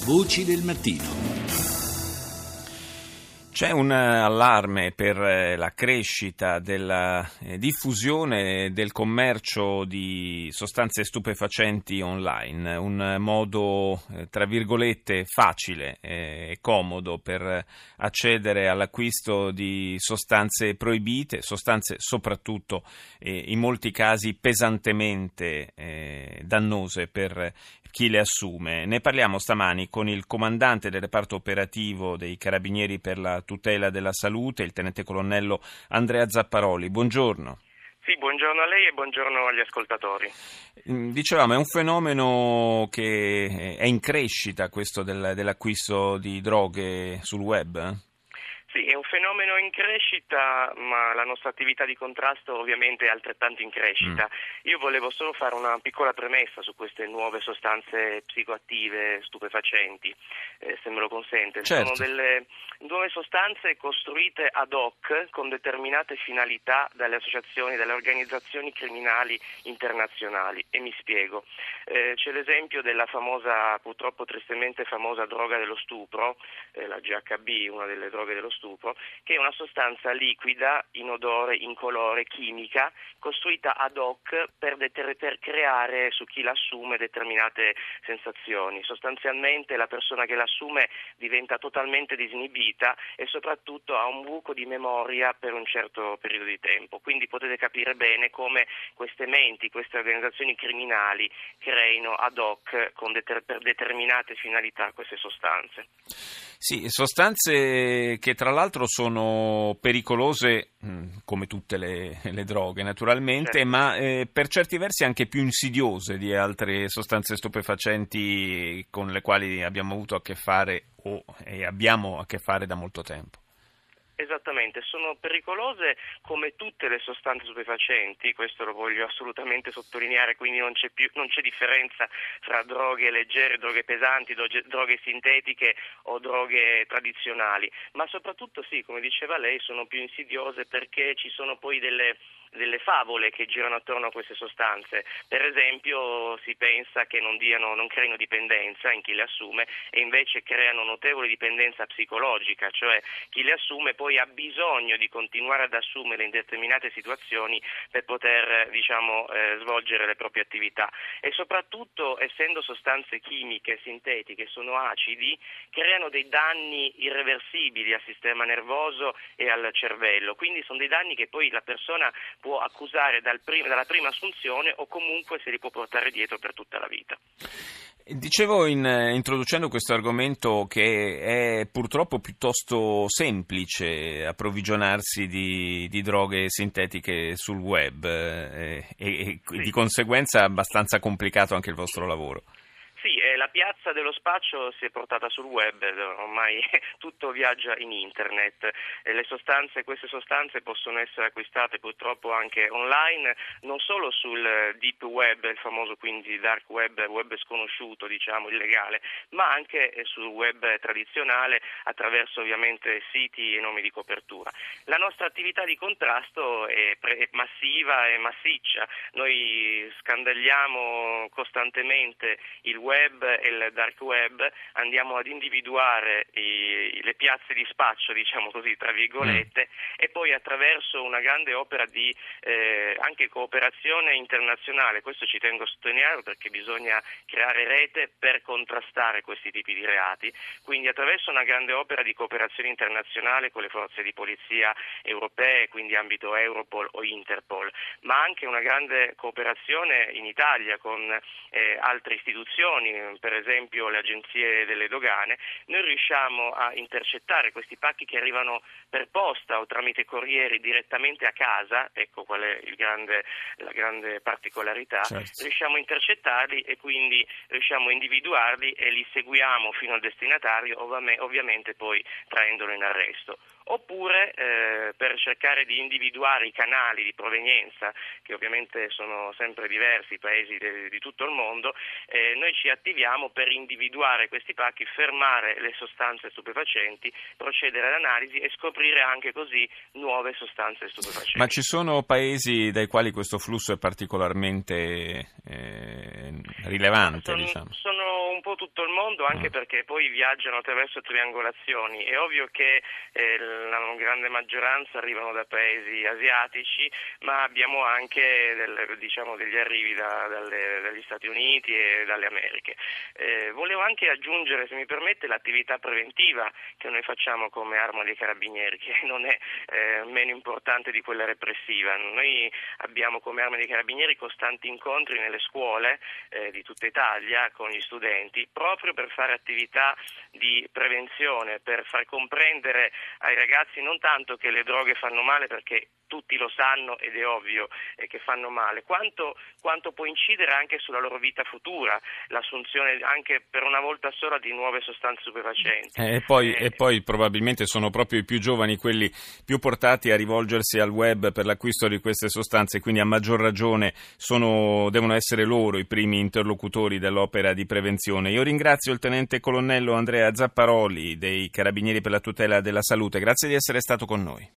Voci del mattino. C'è un allarme per la crescita della diffusione del commercio di sostanze stupefacenti online, un modo, tra virgolette, facile e comodo per accedere all'acquisto di sostanze proibite, sostanze soprattutto in molti casi pesantemente dannose per chi le assume. Ne parliamo stamani con il comandante del reparto operativo dei Carabinieri per la tutela della salute, il tenente colonnello Andrea Zapparoli. Buongiorno. Sì, buongiorno a lei e buongiorno agli ascoltatori. Dicevamo, è un fenomeno che è in crescita, questo dell'acquisto di droghe sul web? Sì, è un fenomeno in crescita, ma la nostra attività di contrasto ovviamente è altrettanto in crescita. Io volevo solo fare una piccola premessa su queste nuove sostanze psicoattive stupefacenti, se me lo consente. Certo. Sono delle nuove sostanze costruite ad hoc con determinate finalità dalle associazioni, dalle organizzazioni criminali internazionali. E mi spiego. C'è l'esempio della famosa, purtroppo tristemente famosa droga dello stupro, la GHB, una delle droghe dello stupro, che è una sostanza liquida, inodore, incolore, chimica, costruita ad hoc per creare su chi l'assume determinate sensazioni. Sostanzialmente la persona che l'assume diventa totalmente disinibita e soprattutto ha un buco di memoria per un certo periodo di tempo. Quindi potete capire bene come queste menti, queste organizzazioni criminali creino ad hoc per determinate finalità queste sostanze. Sì, sostanze che tra l'altro sono pericolose come tutte le droghe naturalmente, certo. ma per certi versi anche più insidiose di altre sostanze stupefacenti con le quali abbiamo avuto a che fare e abbiamo a che fare da molto tempo. Esattamente, sono pericolose come tutte le sostanze stupefacenti, questo lo voglio assolutamente sottolineare, quindi non c'è differenza fra droghe leggere, droghe pesanti, droghe sintetiche o droghe tradizionali, ma soprattutto sì, come diceva lei, sono più insidiose perché ci sono poi delle favole che girano attorno a queste sostanze. Per esempio si pensa che non creino dipendenza in chi le assume e invece creano notevole dipendenza psicologica, cioè chi le assume poi ha bisogno di continuare ad assumere in determinate situazioni per poter svolgere le proprie attività e soprattutto essendo sostanze chimiche sintetiche, sono acidi, creano dei danni irreversibili al sistema nervoso e al cervello, quindi sono dei danni che poi la persona può accusare dalla prima assunzione o comunque se li può portare dietro per tutta la vita. Dicevo introducendo questo argomento che è purtroppo piuttosto semplice approvvigionarsi di droghe sintetiche sul web e Sì. di conseguenza è abbastanza complicato anche il vostro lavoro. Sì, la piazza dello spaccio si è portata sul web, ormai tutto viaggia in internet. Queste sostanze possono essere acquistate purtroppo anche online, non solo sul deep web, il famoso quindi dark web, web sconosciuto, illegale, ma anche sul web tradizionale attraverso ovviamente siti e nomi di copertura. La nostra attività di contrasto è massiva e massiccia, noi scandagliamo costantemente il web e il dark web, andiamo ad individuare le piazze di spaccio, così tra virgolette, e poi attraverso una grande opera di anche cooperazione internazionale, questo ci tengo a sottolineare perché bisogna creare rete per contrastare questi tipi di reati, quindi attraverso una grande opera di cooperazione internazionale con le forze di polizia europee, quindi ambito Europol o Interpol, ma anche una grande cooperazione in Italia con altre istituzioni, per esempio le agenzie delle dogane, noi riusciamo a intercettare questi pacchi che arrivano per posta o tramite corrieri direttamente a casa, ecco qual è la grande particolarità, certo. Riusciamo a intercettarli e quindi riusciamo a individuarli e li seguiamo fino al destinatario, ovviamente poi traendolo in arresto. Oppure per cercare di individuare i canali di provenienza, che ovviamente sono sempre diversi, i paesi di tutto il mondo, noi ci attiviamo per individuare questi pacchi, fermare le sostanze stupefacenti, procedere all'analisi e scoprire anche così nuove sostanze stupefacenti. Ma ci sono paesi dai quali questo flusso è particolarmente rilevante? Sono un po' tutto il mondo, anche perché poi viaggiano attraverso triangolazioni. È ovvio che la grande maggioranza arrivano da paesi asiatici, ma abbiamo anche degli arrivi dagli Stati Uniti e dalle Americhe. Volevo anche aggiungere, se mi permette, l'attività preventiva che noi facciamo come Arma dei Carabinieri, che non è meno importante di quella repressiva. Noi abbiamo come Arma dei Carabinieri costanti incontri nelle scuole di tutta Italia con gli studenti, proprio per fare attività di prevenzione, per far comprendere ai ragazzi non tanto che le droghe fanno male, perché tutti lo sanno ed è ovvio che fanno male, quanto può incidere anche sulla loro vita futura l'assunzione anche per una volta sola di nuove sostanze stupefacenti. E poi probabilmente sono proprio i più giovani quelli più portati a rivolgersi al web per l'acquisto di queste sostanze, quindi a maggior ragione devono essere loro i primi interlocutori dell'opera di prevenzione. Io ringrazio il tenente colonnello Andrea Zapparoli dei Carabinieri per la tutela della salute, grazie di essere stato con noi.